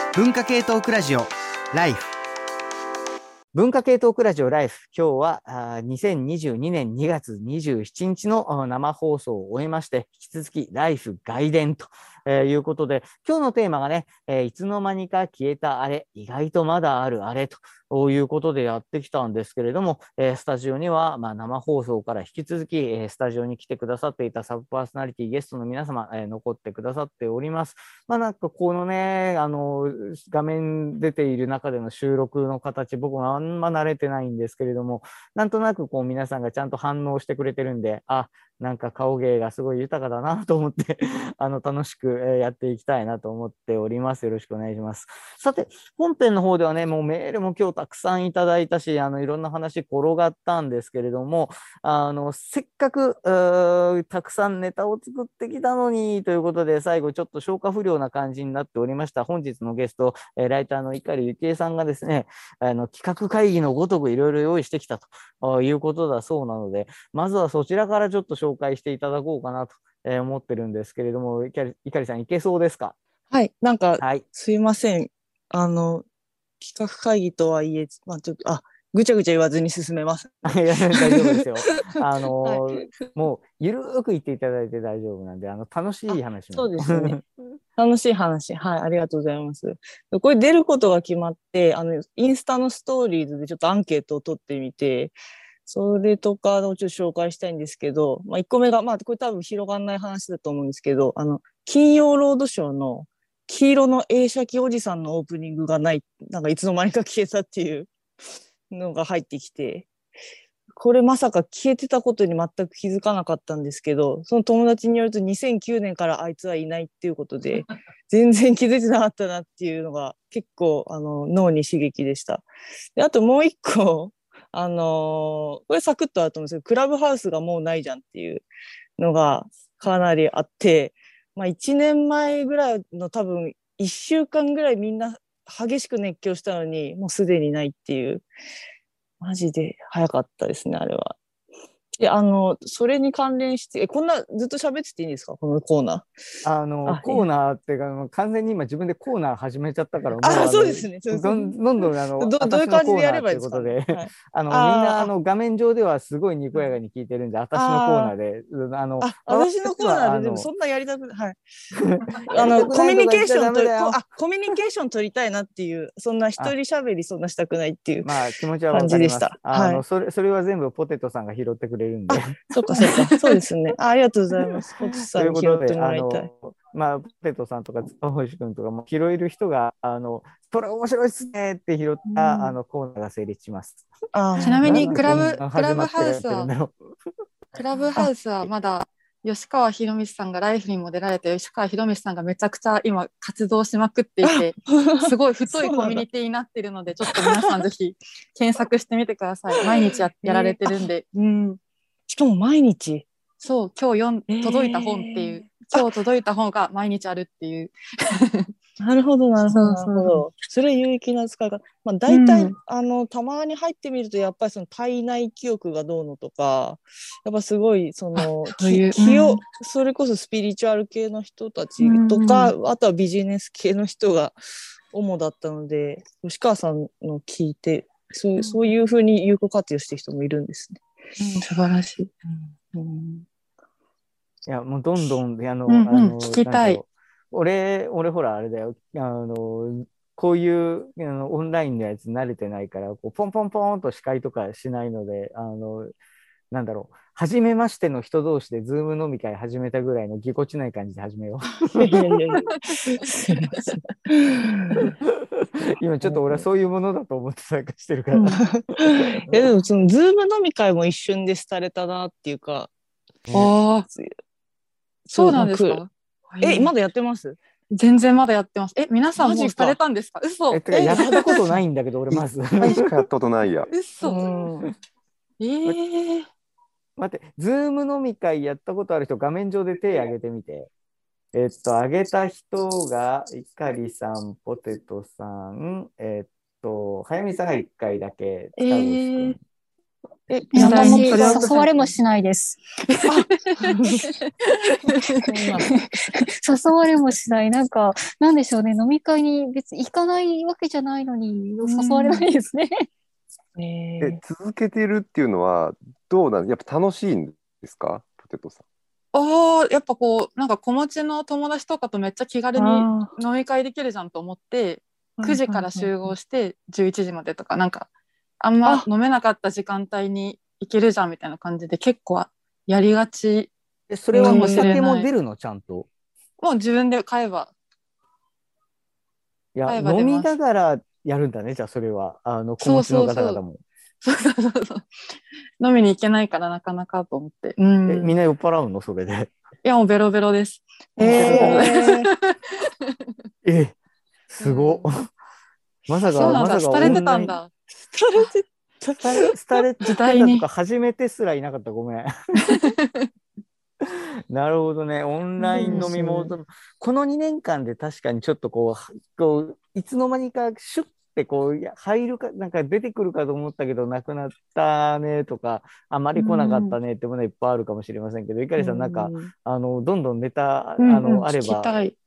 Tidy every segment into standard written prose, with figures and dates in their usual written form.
文化系トークラジオライフ。文化系トークラジオライフ、今日は2022年2月27日の生放送を終えまして、引き続きライフ外伝ということで、今日のテーマがね、いつの間にか消えたあれ、意外とまだあるあれということでやってきたんですけれども、スタジオには生放送から引き続きスタジオに来てくださっていたサブパーソナリティゲストの皆様、残ってくださっております。なんかこのね、画面出ている中での収録の形、僕はあんま慣れてないんですけれども、なんとなくこう皆さんがちゃんと反応してくれてるんで、なんか顔芸がすごい豊かだなと思って楽しくやっていきたいなと思っております。よろしくお願いします。さて、本編の方ではね、もうメールも今日たくさんいただいたし、いろんな話転がったんですけれども、せっかくたくさんネタを作ってきたのにということで、最後ちょっと消化不良な感じになっておりました本日のゲスト、ライターの碇幸恵さんがですね、企画会議のごとくいろいろ用意してきたということだそうなので、まずはそちらからちょっと紹介していただこうかなと思ってるんですけれども、碇さんいけそうですか？ はい、なんか、 はい、 すいません。企画会議とはいえ、ちょっと、ぐちゃぐちゃ言わずに進めます。 いや大丈夫ですよ。 はい、 もうゆるーく言っていただいて大丈夫なんで、楽しい話も。 そうですね。楽しい話。はい、ありがとうございます。これ出ることが決まって、インスタのストーリーズでちょっとアンケートを取ってみて、それとかをちょっと紹介したいんですけど、1個目が、これ多分広がんない話だと思うんですけど、金曜ロードショーの黄色の映写機おじさんのオープニングがない、なんかいつの間にか消えたっていうのが入ってきて、これまさか消えてたことに全く気づかなかったんですけど、その友達によると2009年からあいつはいないっていうことで、全然気づいてなかったなっていうのが結構脳に刺激でした。で、あともう一個、これサクッとあると思うんですけど、クラブハウスがもうないじゃんっていうのがかなりあって、1年前ぐらいの多分1週間ぐらいみんな激しく熱狂したのに、もうすでにないっていう、マジで早かったですね、あれは。で、それに関連して、こんなずっと喋ってていいんですか、このコーナー。 コーナーっていうか、完全に今自分でコーナー始めちゃったから、もうそうですね。 どんどんどういう私の感じでやコーナーとればいいですかね。 いうことで、 はい、 みんな画面上ではすごいにこやかに聞いてるんで、私のコーナーで、 私のコーナーででもそんなやりたくない。はい。コミュニケーションとコミュニケーション取りたいなっていう、そんな一人喋りそんなしたくないっていう気持ちは感わかります。 じでした。はい。 それは全部ポテトさんが拾ってくれるんで。 そっかそっか。そうですね。ありがとうございます。ポテトとさんにいうことで、 拾ってもらいたい。 ポテトさんとか塚星君とかも拾える人が、それ面白いっすねって拾ったコーナーが成立します。 ちなみにクラブハウスはまだ吉川博光さんがライフにも出られて、吉川博光さんがめちゃくちゃ今活動しまくっていて、すごい太いコミュニティになってるので、ちょっと皆さんぜひ検索してみてください。毎日やられてるんで。 しかも毎日。 そう、今日届いた本っていう、今日届いた本が毎日あるっていう。 なるほどなるほどなるほど。それ有益な使い方。大体、たまに入ってみるとやっぱりその体内記憶がどうのとか、やっぱすごいそのそれこそスピリチュアル系の人たちとか、あとはビジネス系の人が主だったので、吉川さんの聞いてそういうふうに有効活用してる人もいるんですね。 素晴らしい。 いやもうどんどん聞きたい。 俺ほらあれだよ、こういうオンラインのやつ慣れてないから、こうポンポンポンと司会とかしないので、なんだろう、初めましての人同士でズーム飲み会始めたぐらいのぎこちない感じで始めよう。今ちょっと俺はそういうものだと思って参加してるから。 でもそのズーム飲み会も一瞬で廃れたなっていうか。 そうなんですか？ まだやってます？ 全然まだやってます。皆さんもうされたんですか？嘘。 やったことないんだけど俺まず。 1回しかやったことないや。 嘘。 待って、ズーム飲み会やったことある人、画面上で手挙げてみて。挙げた人が、碇さん、ポテトさん、早見さんが1回だけ、塚越君。 山本私さん誘われもしないです。誘われもしない。なんか、なんでしょうね。飲み会に別に行かないわけじゃないのに、誘われないですね。 続けてるっていうのはどうなんやっぱ楽しいんですか、ポテトさん。 やっぱこうなんか子持ちの友達とかとめっちゃ気軽に飲み会できるじゃんと思って9時から集合して11時までとかなんかあんま飲めなかった時間帯に行けるじゃんみたいな感じで結構やりがち。 それはお酒も出るのちゃんと。 もう自分で買えば。 いや飲みながらやるんだね。じゃあそれは子持ちの方々も。 そう飲みに行けないからなかなかと思って。 みんな酔っ払うのそれで。 いやもうベロベロです。 すご。まさか廃れてたんだ。 廃れてたとか初めてすらいなかった。ごめん。なるほどね。オンライン飲みも、この2年間で確かにちょっとこういつの間にかシュッてこう入るかなんか出てくるかと思ったけどなくなったねとかあまり来なかったねってものいっぱいあるかもしれませんけど、いかりさんなんかどんどんネタあれば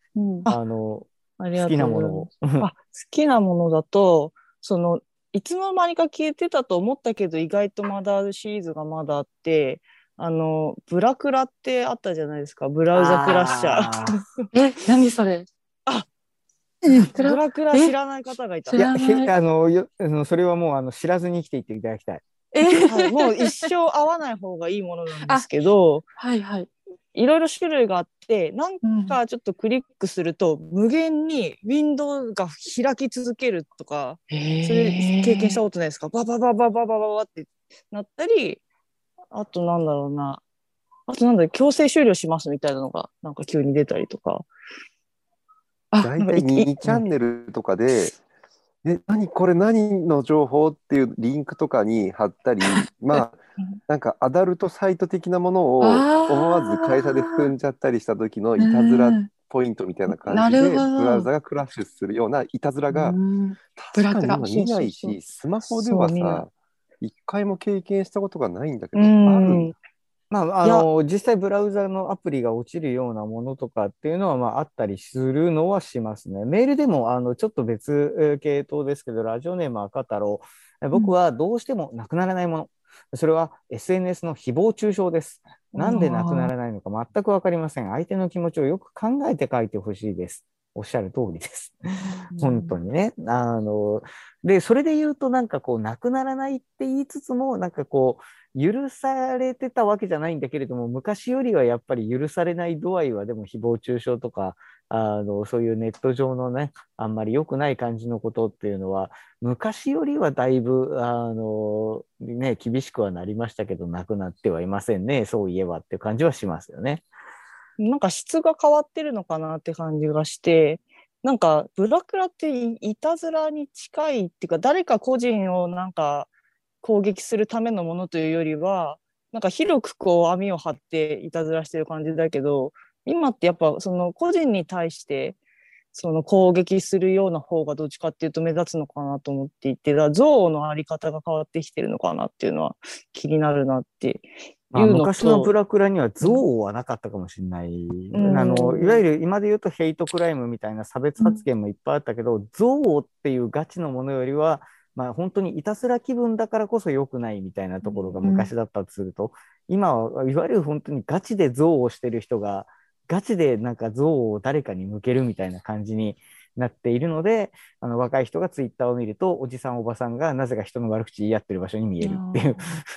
好きなものを好きなものだといつの間にか消えてたと思ったけど意外とまだシリーズがまだあってブラクラってあったじゃないですか。ブラウザクラッシャー。 何それ。 ブラクラ知らない方がいた。 いやそれはもう知らずに生きていっていただきたい。 もう一生会わない方がいいものなんですけど、いろいろ種類があってなんかちょっとクリックすると無限にウィンドウが開き続けるとか、それ経験したことないですか。ババババババババってなったり、あとなんだろうな、強制終了しますみたいなのがなんか急に出たりとか。 大体2チャンネルとかで、何これ何の情報っていうリンクとかに貼ったり、なんかアダルトサイト的なものを思わず会社で含んじゃったりした時のいたずらポイントみたいな感じでブラウザがクラッシュするようないたずらが確かに今見ないし、スマホではさ一回も経験したことがないんだけど、あるんだ。 実際ブラウザのアプリが落ちるようなものとかっていうのはあったりするのはしますね。メールでもちょっと別系統ですけど、ラジオネーム赤太郎、僕はどうしてもなくならないもの、それは SNS の誹謗中傷です。なんでなくならないのか全く分かりません。相手の気持ちをよく考えて書いてほしいです。おっしゃる通りです。本当にね。で、それで言うとなんかこうなくならないって言いつつもなんかこう許されてたわけじゃないんだけれども、昔よりはやっぱり許されない度合いはでも誹謗中傷とかそういうネット上のねあんまり良くない感じのことっていうのは昔よりはだいぶ厳しくはなりましたけど、なくなってはいませんね。そういえばっていう感じはしますよね。 なんか質が変わってるのかなって感じがして、なんかブラクラっていたずらに近いっていうか、誰か個人をなんか攻撃するためのものというよりはなんか広くこう網を張っていたずらしてる感じだけど、今ってやっぱその個人に対してその攻撃するような方がどっちかっていうと目立つのかなと思っていて、憎悪のあり方が変わってきてるのかなっていうのは気になるなっていうのと、 昔のブラクラには憎悪はなかったかもしれない、いわゆる今で言うとヘイトクライムみたいな差別発言もいっぱいあったけど、憎悪っていうガチのものよりは本当にいたずら気分だからこそ良くないみたいなところが昔だったとすると、今はいわゆる本当にガチで憎悪をしてる人がガチでなんか憎悪を誰かに向けるみたいな感じになっているので、若い人がツイッターを見るとおじさんおばさんがなぜか人の悪口言い合ってる場所に見えるっていう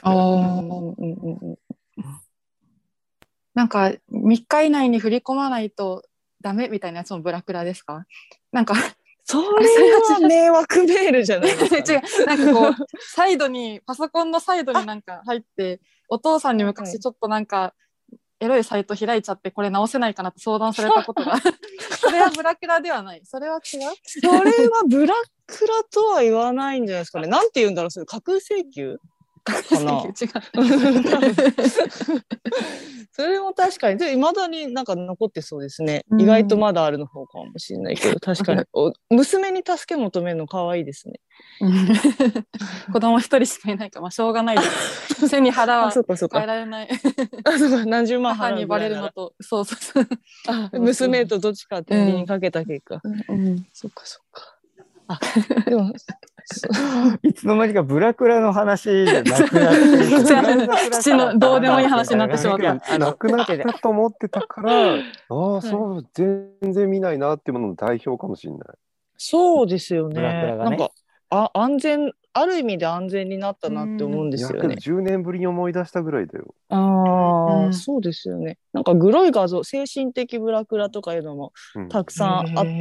なんか3日以内に振り込まないとダメみたいなやつもブラクラですか。なんかそれは迷惑メールじゃないですか、 ね、違う、なんかこうサイドにパソコンのサイドになんか入ってお父さんに昔ちょっとなんかエロいサイト開いちゃってこれ直せないかなって相談されたことがそれはブラクラではない。それは違う。 それはブラクラとは言わないんじゃないですかね。なんて言うんだろう、それ架空請求。 かな。 違う。 それも確かに、で、未だになんか残ってそうですね。 うん意外とまだあるの方かもしれないけど、確かに。娘に助け求めるの可愛いですね。 子供一人しかいないから、まあ、しょうがないです。背に腹あ、 はそうかそうか。 変えられない。 あ、そうか、何十万母にバ払うぐらいなら。 レるのと、そうそうそう。 あ、娘とどっちか天秤にかけた結果。そっかそっか。あ、でも、 いつの間にかブラクラの話じゃなくなってる。 すいませんブラウザクラ父のどうでもいい話になってしまったいやなくなったと思ってたから、ああ、 いそう、全然見ないなっていうものの代表かもしれない。 そうですよブラクね。 ラがね。 なんか、安全、ある意味で安全になったなって思うんでいや、 すよね。 けど10年ぶりに思い出したぐらいだよ。 ああ、そうですよね。なんかグロい画像、精神的ブラクラとかいうのもうん。 たくさんあって、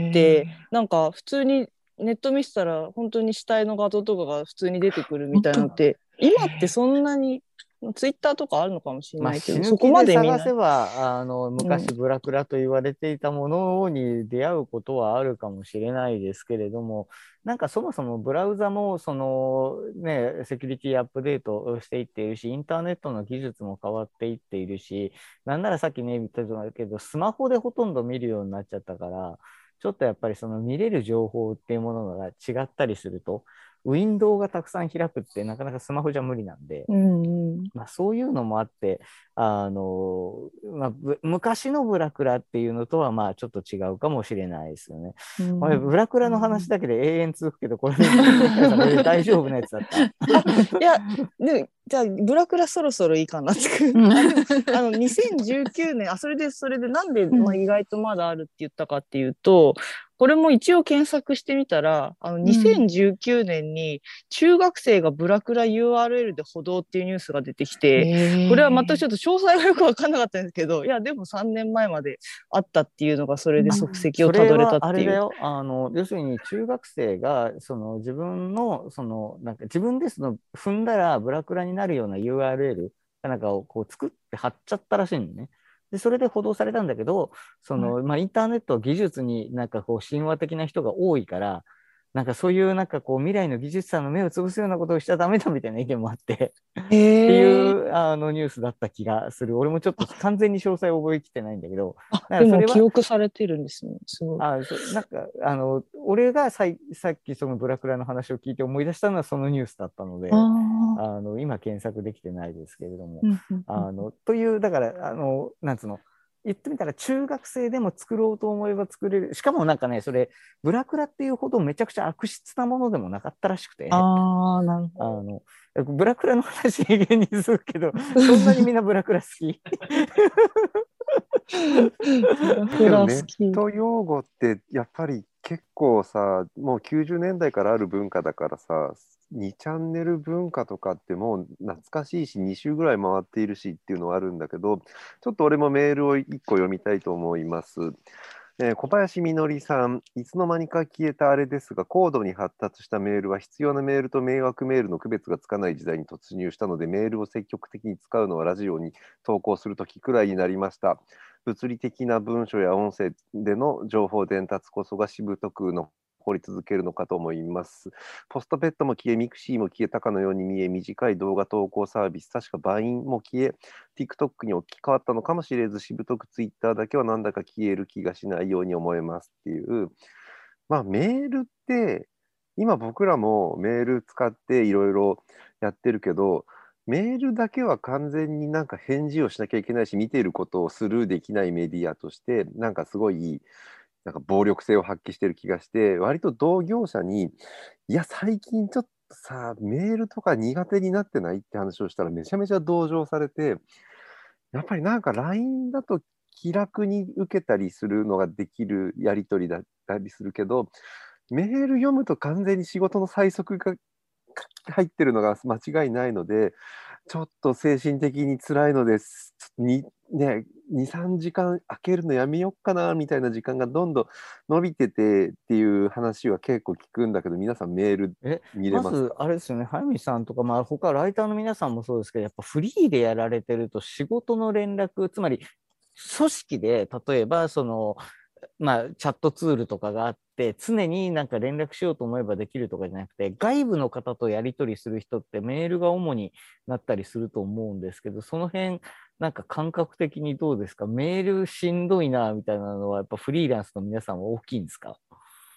なんか普通にネット見せたら本当に死体の画像とかが普通に出てくるみたいなのって、今ってそんなにツイッターとかあるのかもしれまあ、 ないけど、 死ぬそこ気で探まで見ない。 せば、昔ブラクラと言われていたものに出会うことはあるかもしれないですけれども、なんかそもそもブラウザも、そのね、セキュリティアップデートをしていっているし、インターネットの技術も変わっていっているし、なんならさっきね、言ったけど、スマホでほとんど見るようになっちゃったから、ちょっとやっぱりその見れる情報っていうものが違ったりすると、ウィンドウがたくさん開くってなかなかスマホじゃ無理なんで、まあ、そういうのもあって、まあ、昔のブラクラっていうのとはまあちょっと違うかもしれないですよね。これブラクラの話だけで永遠続くけど、これで大丈夫なやつだった。 いや、で、じゃあ、ブラクラそろそろいいかなって。2019年、それでなんで、まあ、意外とまだあるって言ったかっていうと、これも一応検索してみたら、2019年に中学生がブラクラ URL で補導っていうニュースが出てきて、これはまたちょっと詳細はよく分かんなかったんですけど、いや、でも3年前まであったっていうのが、それで足跡をたどれたっていう。 それはあれだよ。要するに中学生が、その自分の、なんか自分で踏んだらブラクラになるような URL かなんかをこう作って貼っちゃったらしいのね。で、それで補導されたんだけど、まあ、インターネット技術になんかこう、神話的な人が多いから、なんかそういうなんかこう、未来の技術者の目を潰すようなことをしちゃダメだみたいな意見もあって、っていうニュースだった気がする。俺もちょっと完全に詳細を覚えきってないんだけど、 でも記憶されてるんですね。すごい。 なんか俺がさっきそのブラクラの話を聞いて思い出したのはそのニュースだったので、今検索できてないですけれども、というだからなんつうの、言ってみたら中学生でも作ろうと思えば作れる。しかもなんかね、それブラクラっていうほどめちゃくちゃ悪質なものでもなかったらしくて、 なるほど。 ブラクラの話永遠にするけど、そんなにみんなブラクラ好き？ でもネット用語ってやっぱり結構さ、もう90年代からある文化だからさ、2チャンネル文化とかってもう懐かしいし、2週ぐらい回っているしっていうのはあるんだけど、ちょっと俺もメールを1個読みたいと思います。小林みのりさん、いつの間にか消えたあれですが、高度に発達したメールは必要なメールと迷惑メールの区別がつかない時代に突入したので、メールを積極的に使うのはラジオに投稿するときくらいになりました。物理的な文書や音声での情報伝達こそがしぶとく残り続けるのかと思います。ポストペットも消え、ミクシーも消えたかのように見え、短い動画投稿サービス、確かバインも消え、TikTok に置き換わったのかもしれず、しぶとく Twitter だけはなんだか消える気がしないように思えますっていう。まあメールって、今僕らもメール使っていろいろやってるけど、メールだけは完全になんか返事をしなきゃいけないし、見ていることをスルーできないメディアとして、なんかすごい、なんか暴力性を発揮してる気がして、割と同業者に、いや、最近ちょっとさ、メールとか苦手になってないって話をしたら、めちゃめちゃ同情されて、やっぱりなんか LINE だと気楽に受けたりするのができるやり取りだったりするけど、メール読むと完全に仕事の催促が入ってるのが間違いないので、ちょっと精神的に辛いのです。2、3時間空けるのやめよっかなみたいな時間がどんどん伸びててっていう話は結構聞くんだけど、皆さんメール見れますか？ まずあれですよね、早見さんとか、まあ、他ライターの皆さんもそうですけど、やっぱフリーでやられてると仕事の連絡、つまり組織で例えばまあ、チャットツールとかがあって、常になんか連絡しようと思えばできるとかじゃなくて、外部の方とやり取りする人ってメールが主になったりすると思うんですけど、その辺、なんか感覚的にどうですか？メールしんどいな、みたいなのは、やっぱフリーランスの皆さんは大きいんですか？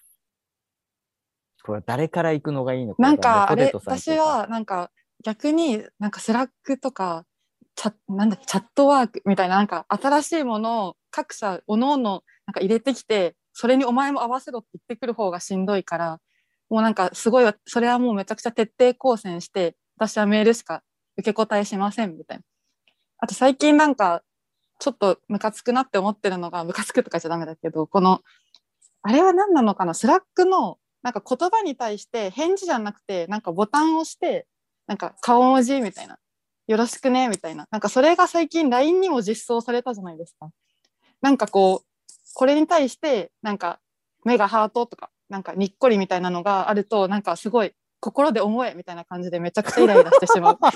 これは誰から行くのがいいのかなんわかんない。 かあれ、 ポテトさん行こ私うか。 はなんか逆になんかスラックとかなんだっけ、チャットワークみたいな、なんか新しいものを各社おのおのなんか入れてきて、それにお前も合わせろって言ってくる方がしんどいから、もうなんかすごい、それはもうめちゃくちゃ徹底抗戦して、私はメールしか受け答えしませんみたいな。あと最近なんかちょっとムカつくなって思ってるのが、ムカつくとかじゃダメだけど、このあれは何なのかな、スラックのなんか言葉に対して返事じゃなくて、なんかボタンを押して、なんか顔文字みたいな、よろしくねみたいな、なんかそれが最近 LINE にも実装されたじゃないですか。なんかこう、これに対して、なんか目がハートとか、なんかにっこりみたいなのがあると、なんかすごい心で思えみたいな感じでめちゃくちゃイライラしてしまう。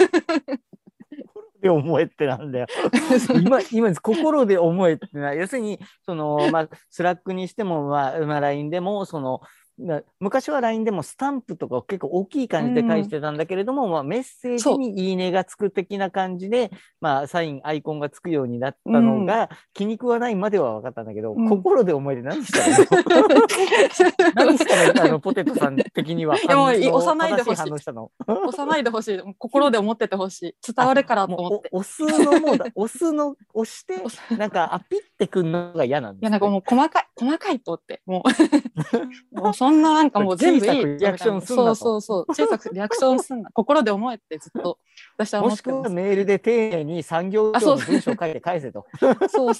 で思えってなんだよ。今心で思えってのは、要するに、まあ、スラックにしても、LINE でも、昔は LINE でもスタンプとかを結構大きい感じで返してたんだけれども、まあ、メッセージにいいねがつく的な感じで、まあ、サイン、アイコンがつくようになったのが、気に食わないまでは分かったんだけど、心で思えて何したらいいの？何したらポテトさん的には押さないでほしい。 正しい反応したの？ 押さないでほしい。心で思っててほしい。伝わるからと思って。 押すのもだ。押して、なんか、ピッてくんのが嫌なんです、ね。 いや、なんかもう細かいとって、もう、もうそんななんかもう全部いい。 リアクションすんなと。 そう。小さくリアクションすんな。心で思えってずっと私は思ってます。 もしくはメールで丁寧に産業省の文章を書いて返せと。 そう。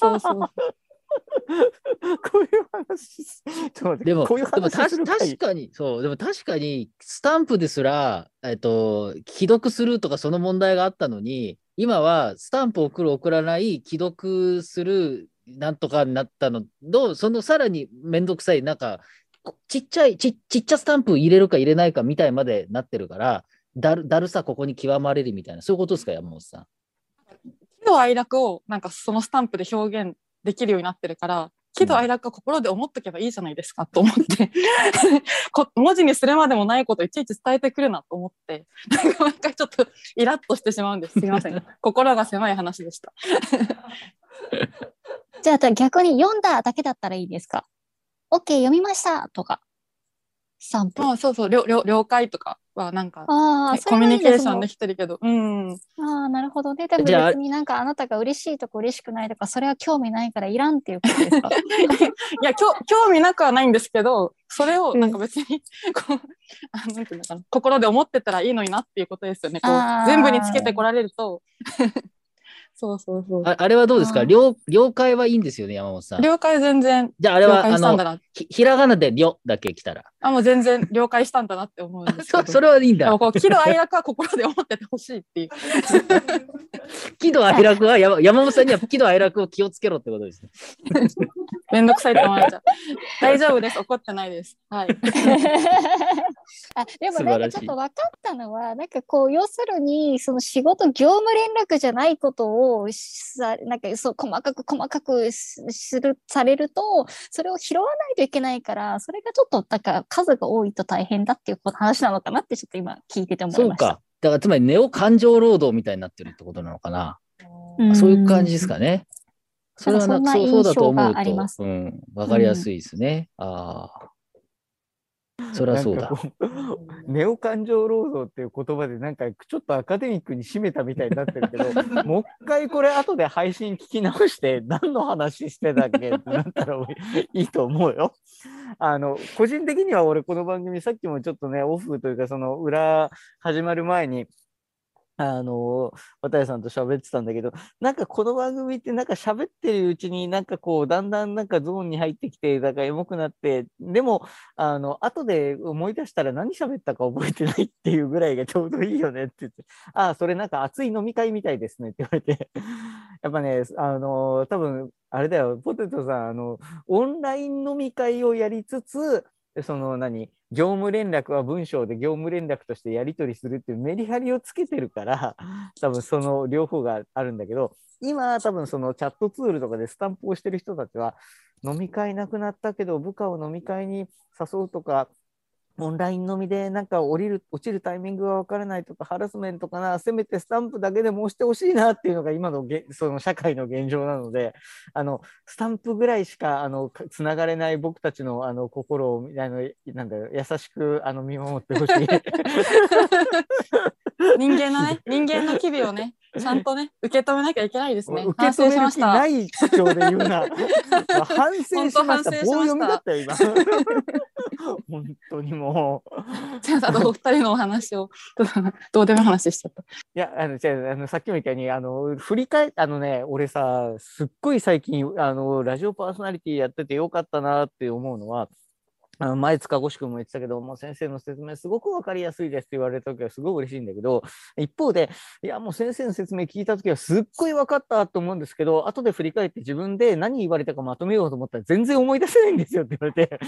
こういう話でも確かに、そう、でも確かに、スタンプですら、既読するとかその問題があったのに、今はスタンプ送る送らない、既読する、なんとかになったの、そのさらにめんどくさい、なんか、ちっちゃスタンプ入れるか入れないかみたいまでなってるから、だるさここに極まれるみたいな、そういうことですか、山本さん。 喜怒哀楽をなんかそのスタンプで表現できるようになってるから、喜怒哀楽は心で思っとけばいいじゃないですかと思って文字にするまでもないことをいちいち伝えてくるなと思って、なんか毎回ちょっとイラッとしてしまうんです。すみません。心が狭い話でした。 じゃあ逆に読んだだけだったらいいですか？ OK 読みましたとか。スタンプ。 そう、了解とかはなんか、コミュニケーションできてるけど。 なるほどね。でも別になんかあなたが嬉しいとか嬉しくないとか、それは興味ないからいらんっていうことですか？ いや、興味なくはないんですけど、それをなんか別になんていうのかな、心で思ってたらいいのになっていうことですよね。こう全部につけてこられると。そう。 あれはどうですか？了解はいいんですよね、山本さん。 了解全然。 じゃああれはひらがなでりょだけ来たら。 もう全然了解したんだなって思うんですけど。 それはいいんだ。 喜怒哀楽は心で思っててほしいっていう。 喜怒哀楽は山本さんには喜怒哀楽を気をつけろってことですね。 めんどくさいと思われちゃう。大丈夫です。怒ってないです。はい。 でもなんかちょっと分かったのは、なんかこう要するにその仕事業務連絡じゃないことをなんかそう細かくされると、それを拾わないといけないから、それがちょっとなんか数が多いと大変だっていう話なのかなってちょっと今聞いてて思いました。 そうか。だからつまりネオ感情労働みたいになってるってことなのかな。そういう感じですかね。それはそうだと思うと、わかりやすいですね。そりゃそうだ。 ネオ感情労働っていう言葉でなんかちょっとアカデミックに締めたみたいになってるけど、もう一回これ後で配信聞き直して何の話してたっけってなったらいいと思うよ。個人的には俺この番組さっきもちょっとねオフというかその裏始まる前に渡谷さんと喋ってたんだけど、なんかこの番組ってなんか喋ってるうちになんかこうだんだんなんかゾーンに入ってきて、だからエモくなって、でも後で思い出したら何喋ったか覚えてないっていうぐらいがちょうどいいよねって言って、それなんか熱い飲み会みたいですねって言われて、やっぱね多分あれだよ、ポテトさんオンライン飲み会をやりつつ、業務連絡は文章で業務連絡としてやり取りするっていうメリハリをつけてるから、多分その両方があるんだけど、 今多分そのチャットツールとかでスタンプをしてる人たちは、飲み会なくなったけど部下を飲み会に誘うとか、オンライン飲みでなんか落ちるタイミングが分からないとか、ハラスメントかな、せめてスタンプだけでも押してほしいなっていうのが今のその社会の現状なので、スタンプぐらいしかつながれない僕たちの心をなんだ優しく見守ってほしい。 人間の機微をね、ちゃんとね、受け止めなきゃいけないですね。 受け止める気ない口調で言うな。反省しました。棒読みだったよ、今。本当にもう。 じゃあ、お二人のお話を、どうでも話しちゃった。いや、さっきも言ったように、振り返俺さ、すっごい最近、ラジオパーソナリティやっててよかったなって思うのは、前塚越君も言ってたけど、もう先生の説明すごく分かりやすいですって言われた時はすごく嬉しいんだけど、一方で、いやもう先生の説明聞いた時はすっごい分かったと思うんですけど、後で振り返って自分で何言われたかまとめようと思ったら全然思い出せないんですよって言われて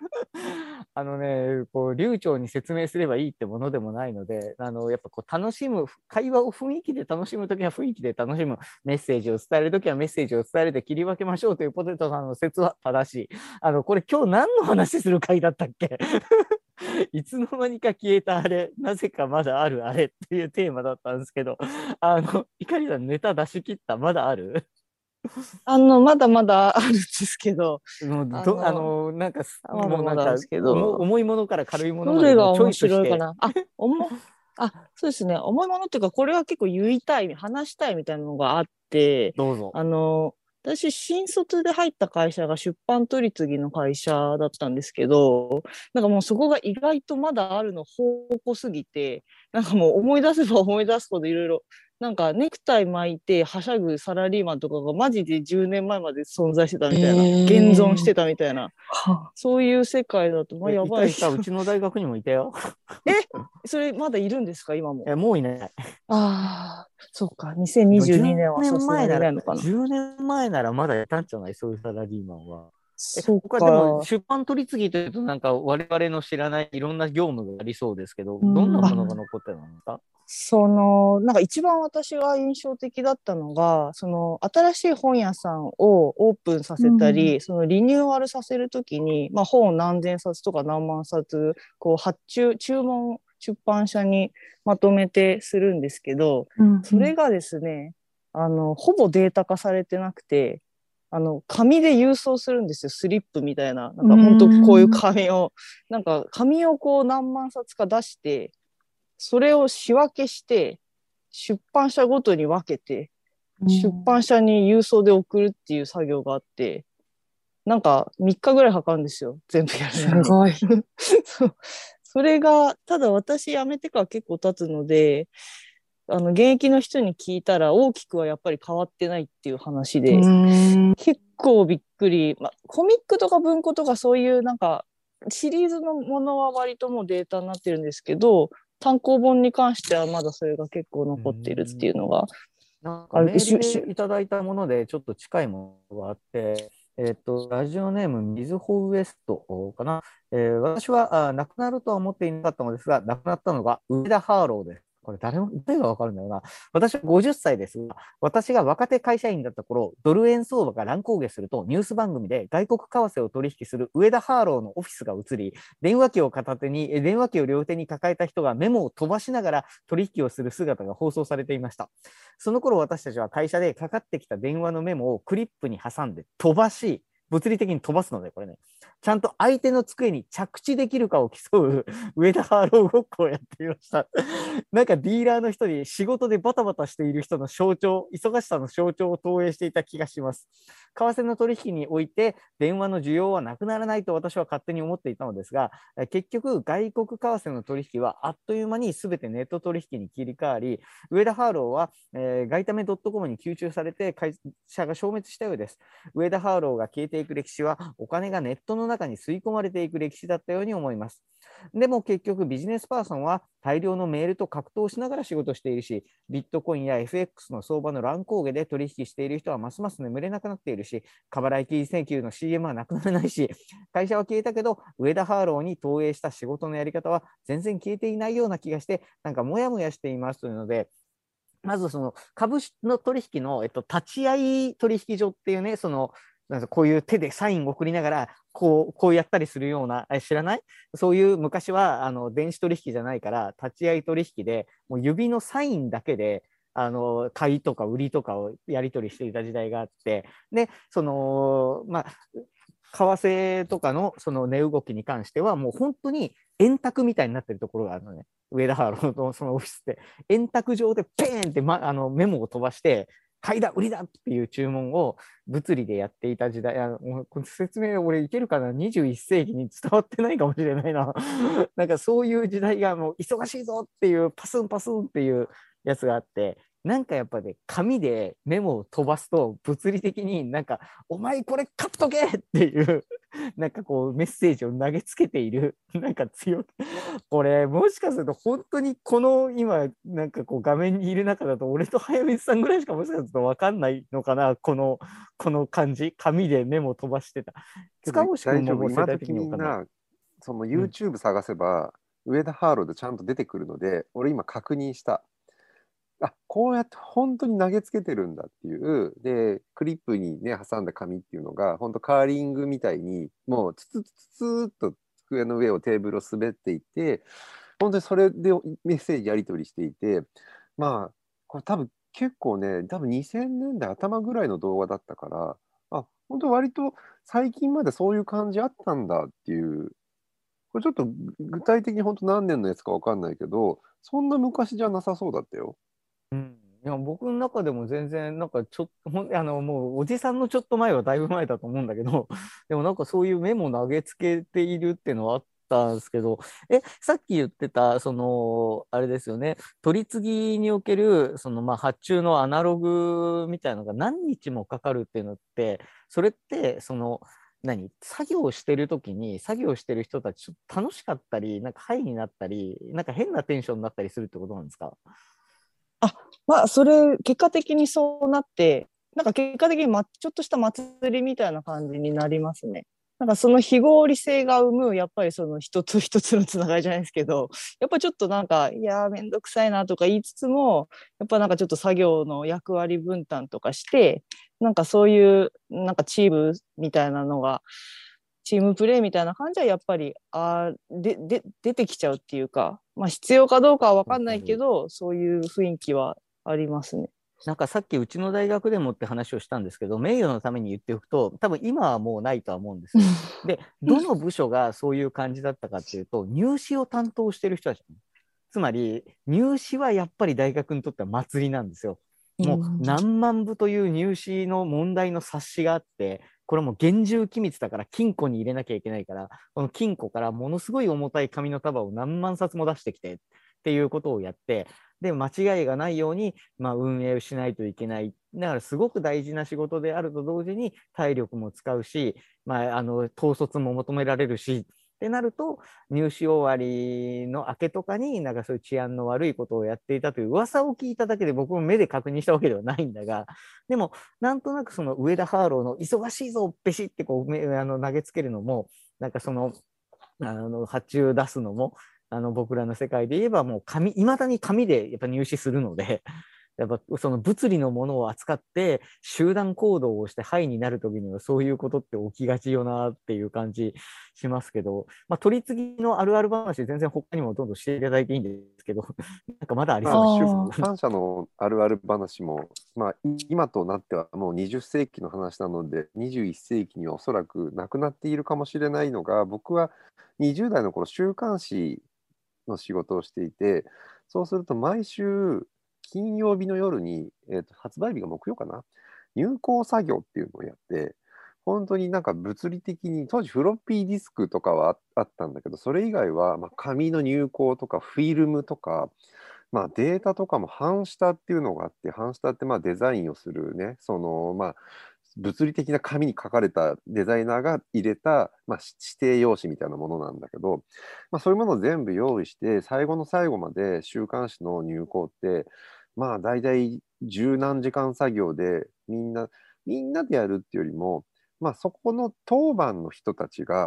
こう流暢に説明すればいいってものでもないので、やっぱこう楽しむ、会話を雰囲気で楽しむときは雰囲気で楽しむ、メッセージを伝えるときはメッセージを伝えるで切り分けましょうというポテトさんの説は正しい。これ今日何の話する回だったっけいつの間にか消えたあれ、なぜかまだあるあれっていうテーマだったんですけど、いかりさんネタ出し切った？まだある？ まだまだあるんですけど、 なんか、 まだまだですけど、 重いものから軽いものどまでれが面チョイスして。 白いかな。そうですね。重いものっていうか、これは結構話したいみたいなのがあって、 どうぞ。 私、新卒で入った会社が出版取り次ぎの会社だったんですけど、なんかもうそこが意外とまだあるの宝庫すぎて、なんかもう思い出せば思い出すほどいろいろ、なんかネクタイ巻いてはしゃぐサラリーマンとかがマジで10年前まで存在してたみたいな、現存してたみたいな、そういう世界だと、やばい。 うちの大学にもいたよ。 それまだいるんですか、今も？ もういない。 そうか、2022年はさすがにいないのかな。 10年前ならまだいたんじゃない、そういうサラリーマンは。 そうか。 でも出版取り次ぎというとなんか我々の知らないいろんな業務がありそうですけど、どんなものが残ってるんですか？ なんか一番私が印象的だったのが、新しい本屋さんをオープンさせたり、リニューアルさせるときに、本を何千冊とか何万冊、こう注文出版社にまとめてするんですけど、それがですね、ほぼデータ化されてなくて、紙で郵送するんですよ。スリップみたいな。なんか本当こういう紙をこう何万冊か出して、それを仕分けして、出版社ごとに分けて、出版社に郵送で送るっていう作業があって、なんか3日ぐらいかかるんですよ。全部やるのに。 すごい。 それが、ただ私辞めてから結構経つので、現役の人に聞いたら大きくはやっぱり変わってないっていう話で、結構びっくり。コミックとか文庫とかそういうなんかシリーズのものは割ともうデータになってるんですけど、単行本に関してはまだそれが結構残ってるっていうのが。 なんかメールでいただいたものでちょっと近いものがあって、ラジオネームみずほウエストかな。私は亡くなるとは思っていなかったのですが、亡くなったのが上田ハーローです。これ誰がわかるんだろうな。私は50歳ですが、私が若手会社員だった頃、ドル円相場が乱高下すると、ニュース番組で外国為替を取引する上田ハーローのオフィスが映り、電話機を両手に抱えた人がメモを飛ばしながら取引をする姿が放送されていました。その頃私たちは会社でかかってきた電話のメモをクリップに挟んで飛ばし、物理的に飛ばすので、これね、ちゃんと相手の机に着地できるかを競う上田ハーローごっこをやっていました。なんかディーラーの人に仕事でバタバタしている人の象徴、忙しさの象徴を投影していた気がします。為替の取引において電話の需要はなくならないと私は勝手に思っていたのですが、結局外国為替の取引はあっという間に全てネット取引に切り替わり、上田ハーローは、外為 .com に吸収されて会社が消滅したようです。上田ハーローが消えていく歴史はお金がネットの中に吸い込まれていく歴史だったように思います。でも結局ビジネスパーソンは大量のメールと格闘しながら仕事しているし、ビットコインや FX の相場の乱高下で取引している人はますます眠れなくなっているし、過払い金請求の CM はなくならないし、会社は消えたけど上田ハーローに投影した仕事のやり方は全然消えていないような気がして、なんかモヤモヤしていますというので、 まずその株の取引の、立ち会い取引所っていうね、なんかこういう手でサインを送りながら、こうやったりするような、知らない？そういう昔は電子取引じゃないから、立ち会い取引で、もう指のサインだけで、買いとか売りとかをやり取りしていた時代があって、で、まあ、為替とかのその値動きに関しては、もう本当に円卓みたいになってるところがあるのね。上田ハローのそのオフィスで、円卓上でペーンって、メモを飛ばして、買いだ、売りだっていう注文を物理でやっていた時代、もうこの説明、俺いけるかな？ 21 世紀に伝わってないかもしれないな。なんかそういう時代がもう忙しいぞっていう、パスンパスンっていうやつがあって、なんかやっぱね、紙でメモを飛ばすと、物理的になんか、お前これ買っとけっていう、なんかこうメッセージを投げつけている、なんか強く、これもしかすると本当にこの今、なんかこう画面にいる中だと、俺と早水さんぐらいしかもしかすると分かんないのかな、この感じ、紙でメモを飛ばしてた。塚越君ももう世代的に分かんない。 今時みんな、その YouTube 探せば、上田ハーローでちゃんと出てくるので、俺今確認した。こうやって本当に投げつけてるんだっていう。で、クリップにね、挟んだ紙っていうのが、本当カーリングみたいに、もうツツツツっと机の上をテーブルを滑っていて、本当にそれでメッセージやり取りしていて、まあ、これ多分結構ね、多分2000年代頭ぐらいの動画だったから、本当割と最近までそういう感じあったんだっていう。これちょっと具体的に本当何年のやつか分かんないけど、そんな昔じゃなさそうだったよ。 うん、いや僕の中でも全然なんかちょっともうおじさんのちょっと前はだいぶ前だと思うんだけど、でもなんかそういうメモ投げつけているっていうのはあったんですけど、さっき言ってたあれですよね、取り次ぎにおける発注のアナログみたいなのが何日もかかるっていうのって、それって作業してる時に作業してる人たちちょっと楽しかったり、なんかハイになったり、なんか変なテンションになったりするってことなんですか？ それ、結果的にそうなって、なんか結果的にちょっとした祭りみたいな感じになりますね。なんかその非合理性が生む、やっぱりその一つ一つのつながりじゃないですけど、やっぱちょっとなんか、いやーめんどくさいなとか言いつつも、やっぱなんかちょっと作業の役割分担とかして、なんかそういう、なんかチームみたいなのが、チームプレーみたいな感じはやっぱり出てきちゃうっていうか、必要かどうかは分かんないけど、そういう雰囲気はありますね。 なんかさっきうちの大学でもって話をしたんですけど、名誉のために言っておくと、多分今はもうないとは思うんですよ。で、どの部署がそういう感じだったかっていうと、入試を担当してる人たち。つまり、入試はやっぱり大学にとっては祭りなんですよ。もう何万部という入試の問題の冊子があって、これも厳重機密だから金庫に入れなきゃいけないから、この金庫からものすごい重たい紙の束を何万冊も出してきてっていうことをやって、で、間違いがないように、運営をしないといけない。だからすごく大事な仕事であると同時に体力も使うし、統率も求められるし、ってなると、入試終わりの明けとかに、なんかそういう治安の悪いことをやっていたという噂を聞いただけで僕も目で確認したわけではないんだが、でも、なんとなくその上田ハーローの忙しいぞ、べしってこう投げつけるのも、なんか発注出すのも、僕らの世界で言えばもういまだに紙でやっぱ入試するので、やっぱその物理のものを扱って集団行動をしてハイになるときにはそういうことって起きがちよなっていう感じしますけど、取り次ぎのあるある話全然他にもどんどんしていただいていいんですけど、なんかまだありそう出版社のあるある話も、今となってはもう20世紀の話なので、21世紀にはおそらくなくなっているかもしれないのが、僕は20代の頃週刊誌の仕事をしていて、そうすると毎週金曜日の夜に、発売日が木曜かな、入稿作業っていうのをやって、本当になんか物理的に、当時フロッピーディスクとかはあったんだけど、それ以外は紙の入稿とかフィルムとか、データとかも版下っていうのがあって、版下ってデザインをするね、物理的な紙に書かれたデザイナーが入れた、指定用紙みたいなものなんだけど、そういうものを全部用意して、最後の最後まで週刊誌の入稿って、大体十何時間作業でみんなでやるっていうよりも、そこの当番の人たちが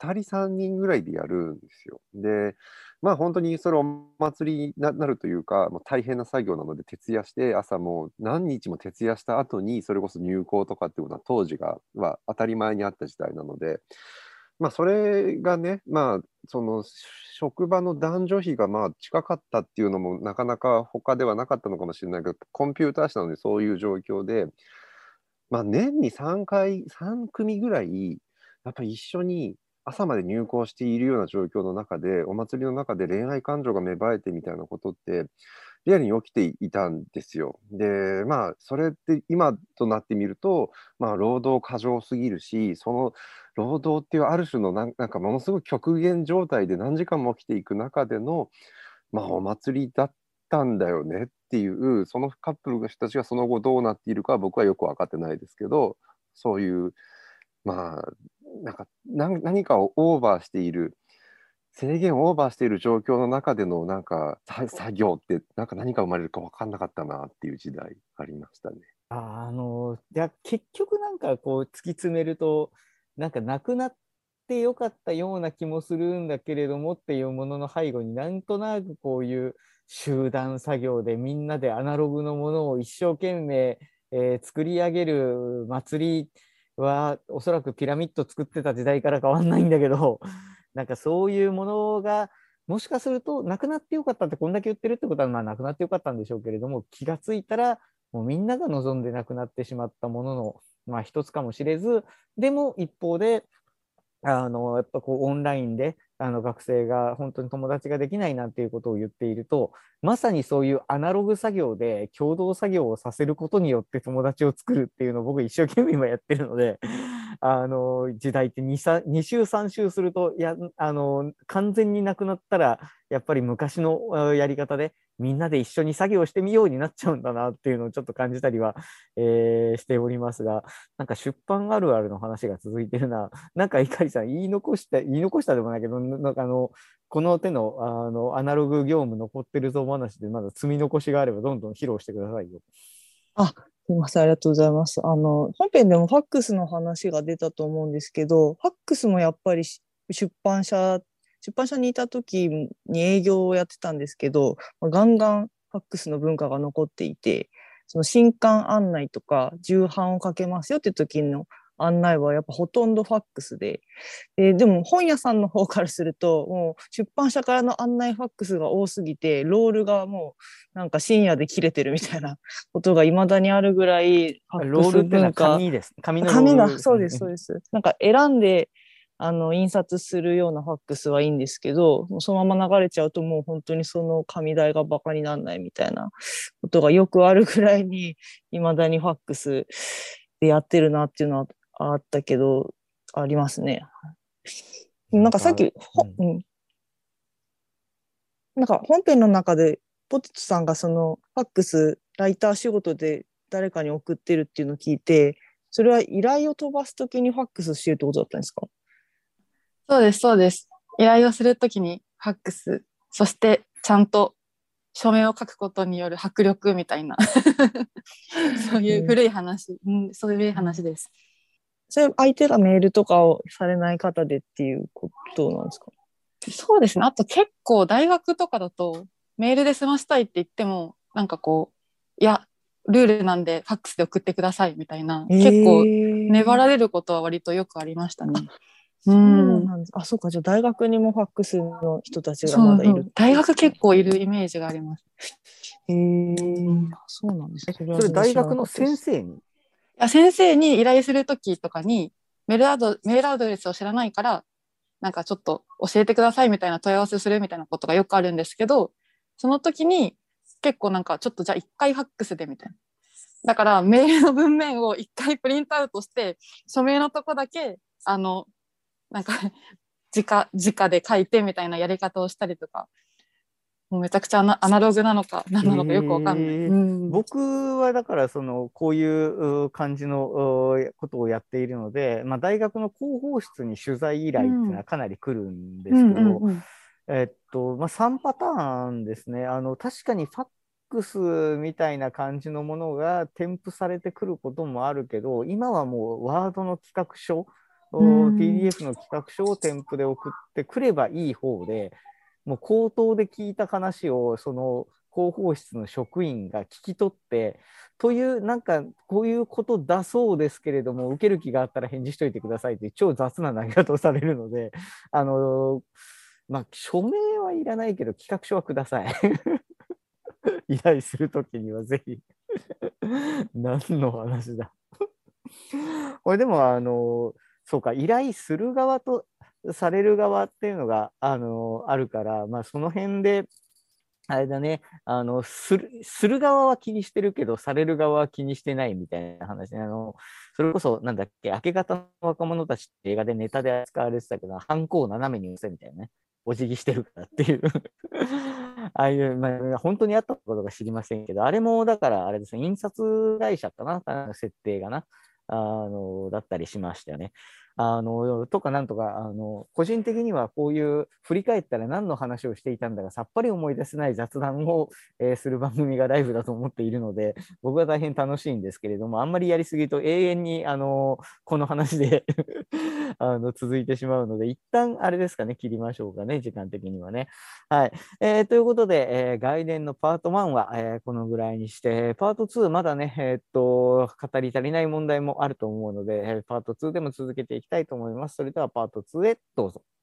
2人3人ぐらいでやるんですよ。で、まあ本当にそれお祭りになるというか、もう大変な作業なので徹夜して朝もう何日も徹夜した後にそれこそ入校とかっていうのは当時は当たり前にあった時代なので、まあそれがね、まあその職場の男女比がまあ近かったっていうのもなかなか他ではなかったのかもしれないけど、コンピューター誌なのでそういう状況で、まあ年に3回、3組ぐらい、やっぱり一緒に朝まで入校しているような状況の中で、お祭りの中で恋愛感情が芽生えてみたいなことって、リアルに起きていたんですよ。で、まあ、それって今となってみると、まあ、労働過剰すぎるし、その労働っていうある種のなんかものすごい極限状態で何時間も起きていく中での、まあ、お祭りだったんだよねっていう、そのカップルの人たちがその後どうなっているかは僕はよく分かってないですけど、そういう、まあ、なんか何かをオーバーしている、制限をオーバーしている状況の中でのなんか作業ってなんか何が生まれるか分かんなかったなっていう時代ありましたね。 いや、結局なんかこう突き詰めると、なんかなくなってよかったような気もするんだけれどもっていうものの背後になんとなくこういう集団作業でみんなでアナログのものを一生懸命、作り上げる祭りはおそらくピラミッド作ってた時代から変わんないんだけど、なんかそういうものがもしかするとなくなってよかったってこんだけ言ってるってことはまあなくなってよかったんでしょうけれども、気がついたらもうみんなが望んでなくなってしまったものの、まあ、一つかもしれず、でも一方でやっぱこうオンラインで学生が本当に友達ができないなんていうことを言っていると、まさにそういうアナログ作業で共同作業をさせることによって友達を作るっていうのを僕一生懸命今やってるので、時代って2週3週すると完全になくなったらやっぱり昔のやり方でみんなで一緒に作業してみようになっちゃうんだなっていうのをちょっと感じたりは、しておりますが、なんか出版あるあるの話が続いてるな。なんか碇さん言い残したでもないけど、なんかこの手の、アナログ業務残ってるぞ話でまだ積み残しがあればどんどん披露してくださいよ。 あ、すみません、ありがとうございます。本編でもファックスの話が出たと思うんですけど、ファックスもやっぱり出版社にいた時に営業をやってたんですけど、ガンガンファックスの文化が残っていて、その新刊案内とか重版をかけますよって時の案内はやっぱほとんどファックスでも本屋さんの方からするともう出版社からの案内ファックスが多すぎてロールがもうなんか深夜で切れてるみたいなことがいまだにあるぐらいファックスロールってのは文化。 紙です。紙のロール。 紙だ、そうですそうです。なんか選んで印刷するようなファックスはいいんですけど、もうそのまま流れちゃうともう本当にその紙代がバカにならないみたいなことがよくあるぐらいにいまだにファックスでやってるなっていうのはあったけど、ありますね。なんかさっき、なんか本編の中でポテトさんがそのファックスライター仕事で誰かに送ってるっていうのを聞いて、それは依頼を飛ばすときにファックスしてるってことだったんですか？ そうです、そうです。依頼をするときにファックス、そしてちゃんと書面を書くことによる迫力みたいなそういう古い話、そういう古い話です。 それ相手がメールとかをされない方でっていうことなんですか？ そうですね。あと結構大学とかだとメールで済ましたいって言ってもなんかこういやルールなんでファックスで送ってくださいみたいな、結構粘られることは割とよくありましたね。 そうなんです。そうか。じゃあ大学にもファックスの人たちがまだいる。 大学結構いるイメージがあります。 そうなんですね。 それ大学の先生に？ いや、先生に依頼するときとかにメールアドレスを知らないからなんかちょっと教えてくださいみたいな問い合わせするみたいなことがよくあるんですけど、その時に結構なんかちょっとじゃあ1回ファックスでみたいな。だからメールの文面を1回プリントアウトして署名のとこだけなんか直で書いてみたいなやり方をしたりとか、もうめちゃくちゃアナログなのか何なのかよくわかんない。 僕はだからこういう感じのことをやっているので、まあ、大学の広報室に取材依頼っていうのはかなり来るんですけど、まあ、3パターンですね。確かにファックスみたいな感じのものが添付されてくることもあるけど、今はもうワードの企画書 PDF の企画書を添付で送ってくればいい方で、もう口頭で聞いた話をその広報室の職員が聞き取って、というなんかこういうことだそうですけれども、受ける気があったら返事しといてくださいという超雑な投げ方をされるので、まあ、署名はいらないけど企画書はください。依頼するときにはぜひ。何の話だ。これでもそうか、依頼する側とされる側っていうのがあるから、まあ、その辺であれだね、する側は気にしてるけど、される側は気にしてないみたいな話ね。それこそ、なんだっけ、明け方の若者たちって映画でネタで扱われてたけど、ハンコを斜めに押せみたいなね。お辞儀してるからっていうああいう、まあ、本当にあったことが知りませんけど、あれもだからあれですね、印刷会社かな、設定がな、だったりしましたよね。とかなんとか、個人的にはこういう振り返ったら何の話をしていたんだかさっぱり思い出せない雑談を、する番組がライブだと思っているので、僕は大変楽しいんですけれども、あんまりやりすぎると永遠にこの話で続いてしまうので、一旦あれですかね、切りましょうかね、時間的にはね。はい。ということで、外伝のパート1は、このぐらいにして、パート2、まだね、語り足りない問題もあると思うので、パート2でも続けていきたいと思います。それではパート2へどうぞ。